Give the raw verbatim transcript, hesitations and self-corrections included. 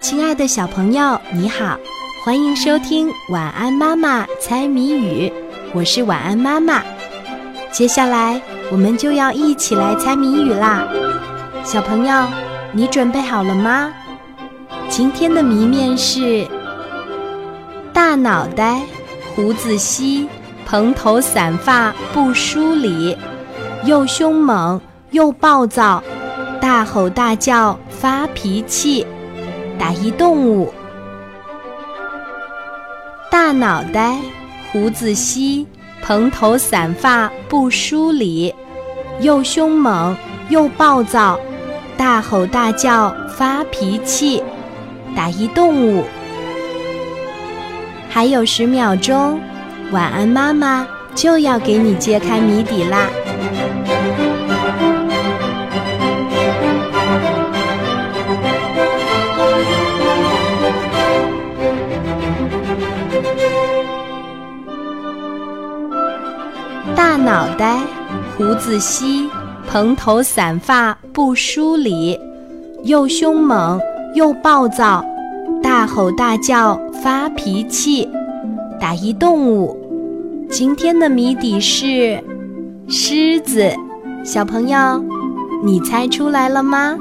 亲爱的小朋友，你好，欢迎收听晚安妈妈猜谜语，我是晚安妈妈。接下来我们就要一起来猜谜语啦。小朋友，你准备好了吗？今天的谜面是：大脑袋，胡子稀，蓬头散发不梳理，又凶猛又暴躁，大吼大叫发脾气，打一动物。大脑袋，胡子稀，蓬头散发不梳理，又凶猛又暴躁，大吼大叫发脾气，打一动物。还有十秒钟，晚安妈妈就要给你揭开谜底啦。大脑袋，胡子稀，蓬头散发不梳理，又凶猛又暴躁，大吼大叫发脾气，打一动物。今天的谜底是狮子。小朋友，你猜出来了吗？